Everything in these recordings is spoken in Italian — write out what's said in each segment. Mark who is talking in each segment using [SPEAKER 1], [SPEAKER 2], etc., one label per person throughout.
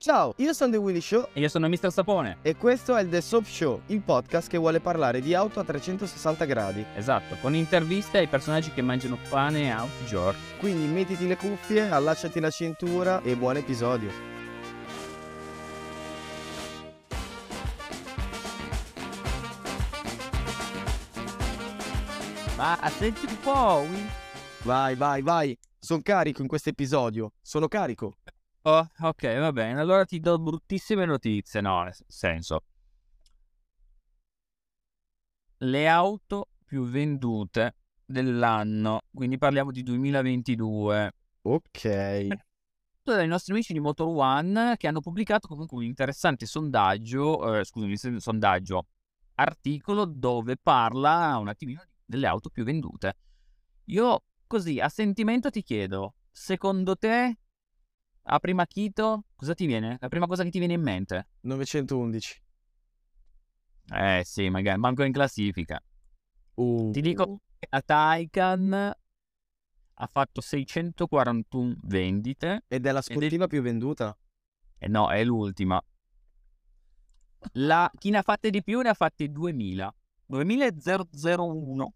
[SPEAKER 1] Ciao, io sono The Willy Show
[SPEAKER 2] E io sono Mr. Sapone.
[SPEAKER 1] e questo è il The Soap Show, il podcast che vuole parlare di auto a 360 gradi.
[SPEAKER 2] Esatto, con interviste ai personaggi che mangiano pane a tutti i giorni.
[SPEAKER 1] Quindi mettiti le cuffie, allacciati la cintura e buon episodio.
[SPEAKER 2] Ma senti un po', Will.
[SPEAKER 1] Vai. Sono carico in questo episodio. Sono carico.
[SPEAKER 2] Oh, ok, va bene. Allora ti do bruttissime notizie. No, nel senso. Le auto più vendute dell'anno. Quindi parliamo di 2022.
[SPEAKER 1] Ok.
[SPEAKER 2] Dai nostri amici di Motor One che hanno pubblicato comunque un interessante sondaggio. Articolo dove parla un attimino delle auto più vendute. Io così a sentimento ti chiedo, secondo te, a prima chito, cosa ti viene? La prima cosa che ti viene in mente?
[SPEAKER 1] 911.
[SPEAKER 2] Sì, magari manco in classifica. Ti dico che la Taycan ha fatto 641 vendite.
[SPEAKER 1] Ed è la sportiva più venduta?
[SPEAKER 2] No, è l'ultima. Chi ne ha fatte di più ne ha fatte 2000. 2001.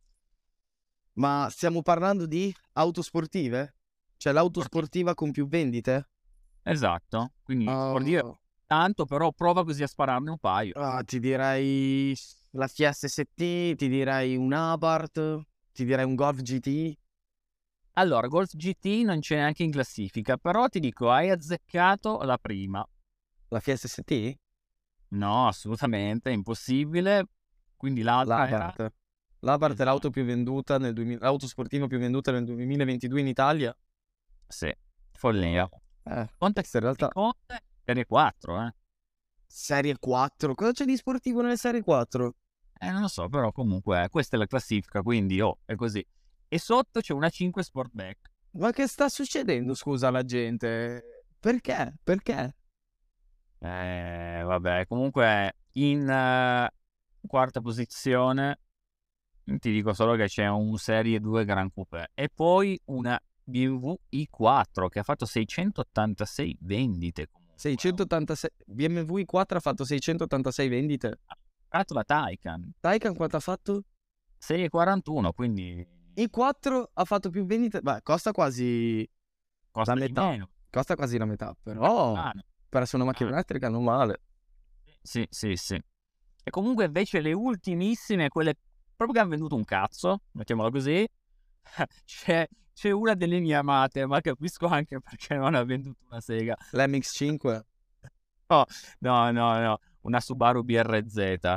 [SPEAKER 1] Ma stiamo parlando di auto sportive? Cioè l'auto sportiva con più vendite?
[SPEAKER 2] Esatto. Quindi vuol dire tanto, però prova così a spararne un paio.
[SPEAKER 1] Ti direi la Fiesta ST, ti direi un Abarth, ti direi un Golf GT.
[SPEAKER 2] Allora, Golf GT non c'è neanche in classifica, però ti dico, hai azzeccato la prima.
[SPEAKER 1] La Fiesta ST?
[SPEAKER 2] No, assolutamente, impossibile. Quindi l'altra era...
[SPEAKER 1] L'Abarth. L'Abarth è l'auto più venduta l'auto sportiva più venduta nel 2022 in Italia.
[SPEAKER 2] Sì, follia. Conta
[SPEAKER 1] in realtà
[SPEAKER 2] Serie 4,
[SPEAKER 1] Serie 4. Cosa c'è di sportivo nelle Serie 4?
[SPEAKER 2] Non lo so, però comunque questa è la classifica, quindi è così. E sotto c'è una 5 Sportback.
[SPEAKER 1] Ma che sta succedendo, scusa, alla gente? Perché?
[SPEAKER 2] Vabbè, comunque in quarta posizione ti dico solo che c'è un Serie 2 Gran Coupé e poi una BMW i4 che ha fatto 686 vendite comunque.
[SPEAKER 1] 686. BMW i4 ha fatto 686 vendite.
[SPEAKER 2] Ha fatto la Taycan
[SPEAKER 1] Quanto ha fatto?
[SPEAKER 2] Serie 41, quindi
[SPEAKER 1] I4 ha fatto più vendite. Beh, costa quasi
[SPEAKER 2] costa
[SPEAKER 1] la
[SPEAKER 2] di
[SPEAKER 1] metà.
[SPEAKER 2] meno.
[SPEAKER 1] Costa quasi la metà, però per essere una macchina elettrica non male.
[SPEAKER 2] Sì. E comunque invece le ultimissime, quelle proprio che hanno venduto un cazzo, mettiamola così, c'è una delle mie amate, ma capisco anche perché non ha venduto una sega.
[SPEAKER 1] L'MX5?
[SPEAKER 2] No, una Subaru BRZ.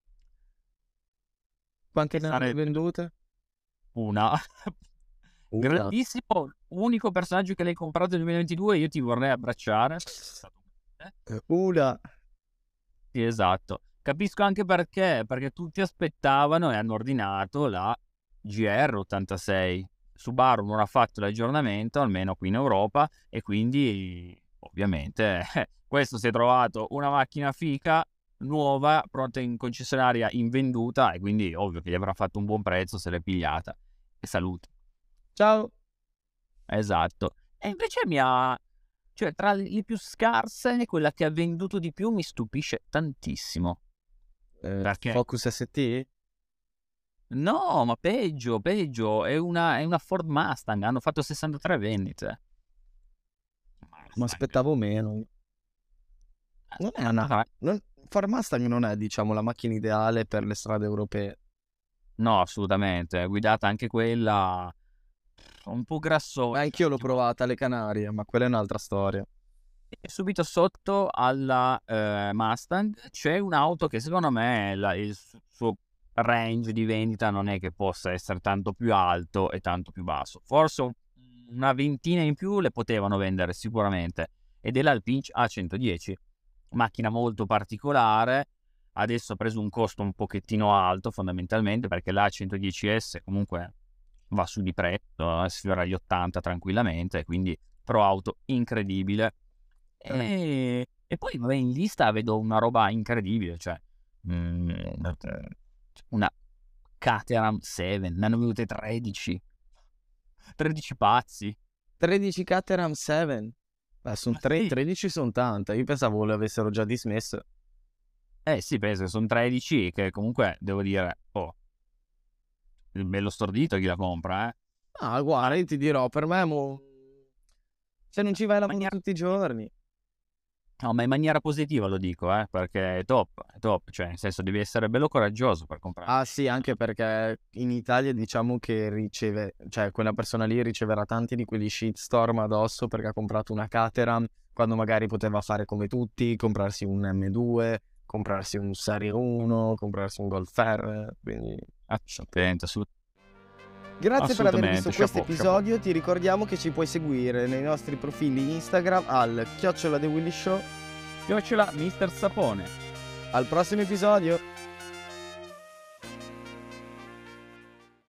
[SPEAKER 1] Quante ne hanno vendute?
[SPEAKER 2] Una. Grandissimo, unico personaggio che l'hai comprato nel 2022, io ti vorrei abbracciare.
[SPEAKER 1] Una.
[SPEAKER 2] Sì, esatto. Capisco anche perché tutti aspettavano e hanno ordinato la GR86. Subaru non ha fatto l'aggiornamento, almeno qui in Europa, e quindi ovviamente questo si è trovato una macchina fica, nuova, pronta in concessionaria, invenduta, e quindi ovvio che gli avrà fatto un buon prezzo se l'è pigliata. E saluti.
[SPEAKER 1] Ciao.
[SPEAKER 2] Esatto. E invece cioè tra le più scarse, quella che ha venduto di più mi stupisce tantissimo. Perché?
[SPEAKER 1] Focus ST?
[SPEAKER 2] No, ma peggio, è una Ford Mustang, hanno fatto 63 vendite.
[SPEAKER 1] Ma aspettavo meno. Non è una... Ford Mustang non è, diciamo, la macchina ideale per le strade europee.
[SPEAKER 2] No, assolutamente, è guidata anche quella un po' grassosa.
[SPEAKER 1] Ma anch'io l'ho provata alle Canarie, ma quella è un'altra storia.
[SPEAKER 2] E subito sotto alla Mustang c'è un'auto che secondo me il suo range di vendita non è che possa essere tanto più alto e tanto più basso. Forse una ventina in più le potevano vendere sicuramente. Ed è l'Alpine A110, macchina molto particolare. Adesso ha preso un costo un pochettino alto fondamentalmente perché l'A110S comunque va su di prezzo, sfiora gli 80 tranquillamente, quindi pro auto incredibile. E poi vabbè, in lista vedo una roba incredibile, cioè una Caterham 7, ne hanno venute 13 pazzi.
[SPEAKER 1] 13 Caterham 7? Beh, sono
[SPEAKER 2] Ma sì.
[SPEAKER 1] 13 sono tante. Io pensavo le avessero già dismesse.
[SPEAKER 2] Sì, penso che son 13 che comunque devo dire, il bello stordito chi la compra, eh.
[SPEAKER 1] Ah, guarda, io ti dirò, per me se non ci vai a
[SPEAKER 2] In
[SPEAKER 1] lavoro
[SPEAKER 2] maniera
[SPEAKER 1] tutti i giorni.
[SPEAKER 2] No, ma in maniera positiva lo dico, perché è top, cioè nel senso devi essere bello coraggioso per comprare.
[SPEAKER 1] Ah sì, anche perché in Italia diciamo che cioè quella persona lì riceverà tanti di quegli shitstorm addosso perché ha comprato una Caterham quando magari poteva fare come tutti, comprarsi un M2, comprarsi un Serie 1, comprarsi un Golf R, quindi
[SPEAKER 2] Assolutamente,
[SPEAKER 1] grazie per aver visto
[SPEAKER 2] assolutamente,
[SPEAKER 1] questo
[SPEAKER 2] chapeau, chapeau.
[SPEAKER 1] episodio, ti ricordiamo che ci puoi seguire nei nostri profili Instagram al @TheWillyShow.
[SPEAKER 2] Chiocciola Mister Sapone.
[SPEAKER 1] Al prossimo episodio!